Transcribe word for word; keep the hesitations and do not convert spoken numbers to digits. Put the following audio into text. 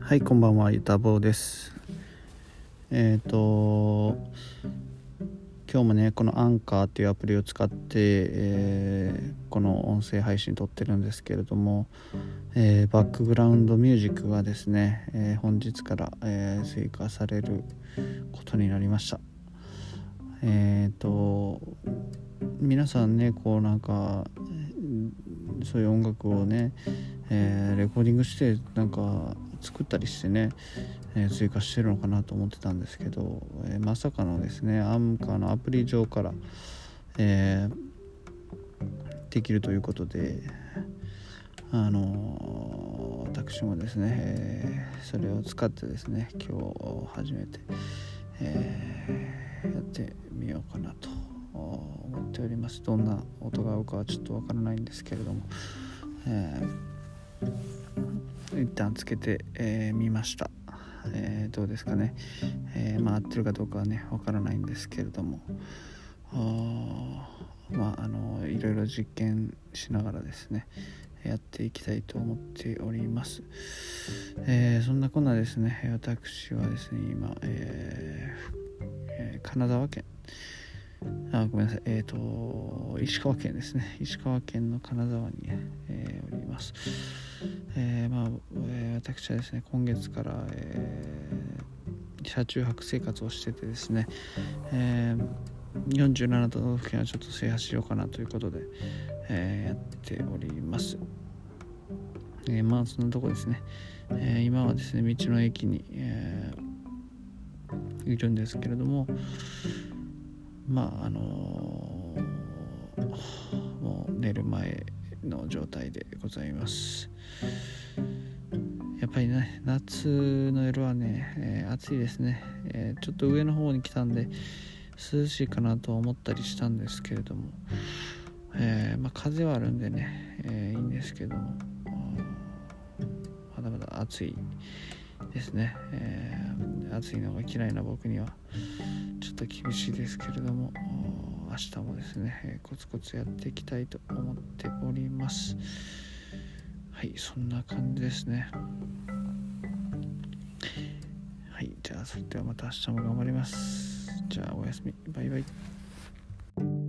はい、こんばんは、ゆたぼうです。えっ、と今日もねこのアンカーっていうアプリを使って、えーこの音声配信撮ってるんですけれども、えーバックグラウンドミュージックがですね、えー本日から、えー追加されることになりました。えっ、と皆さんねこうなんかそういう音楽をね、えーレコーディングしてなんか作ったりしてね、えー追加してるのかなと思ってたんですけど、えーまさかのですねアンカーのアプリ上から、えーできるということで、あのー私もですね、えーそれを使ってですね今日初めて、えーやってみようかなと思っております。どんな音が合うかはちょっとわからないんですけれども、えー、一旦つけてみ、えー、ました。えー、どうですかね、えー、まあ合ってるかどうかはねわからないんですけれども、あまああのいろいろ実験しながらですねやっていきたいと思っております。えー、そんなこんなですね私はですね今、えーえー、金沢県あごめんなさいえっ、ー、と石川県ですね石川県の金沢に、えー、おります。えー、まあ、えー、私はですね今月から、えー、車中泊生活をしててですね、えー、よんじゅうなな都道府県はちょっと制覇しようかなということで、えー、やっております。えー、まあそんなとこですね、えー、今はですね道の駅に、えー、いるんですけれども、まああのー、もう寝る前の状態でございます。やっぱりね夏の夜はね、えー、暑いですね、えー、ちょっと上の方に来たんで涼しいかなと思ったりしたんですけれども、えーまあ、風はあるんでね、えー、いいんですけどもまだまだ暑いですね、えー、暑いのが嫌いな僕にはちょっと厳しいですけれども明日もですね、えー、コツコツやっていきたいと思っております。はい、そんな感じですね。はい、じゃあそれではまた明日も頑張ります。じゃあおやすみ、バイバイ。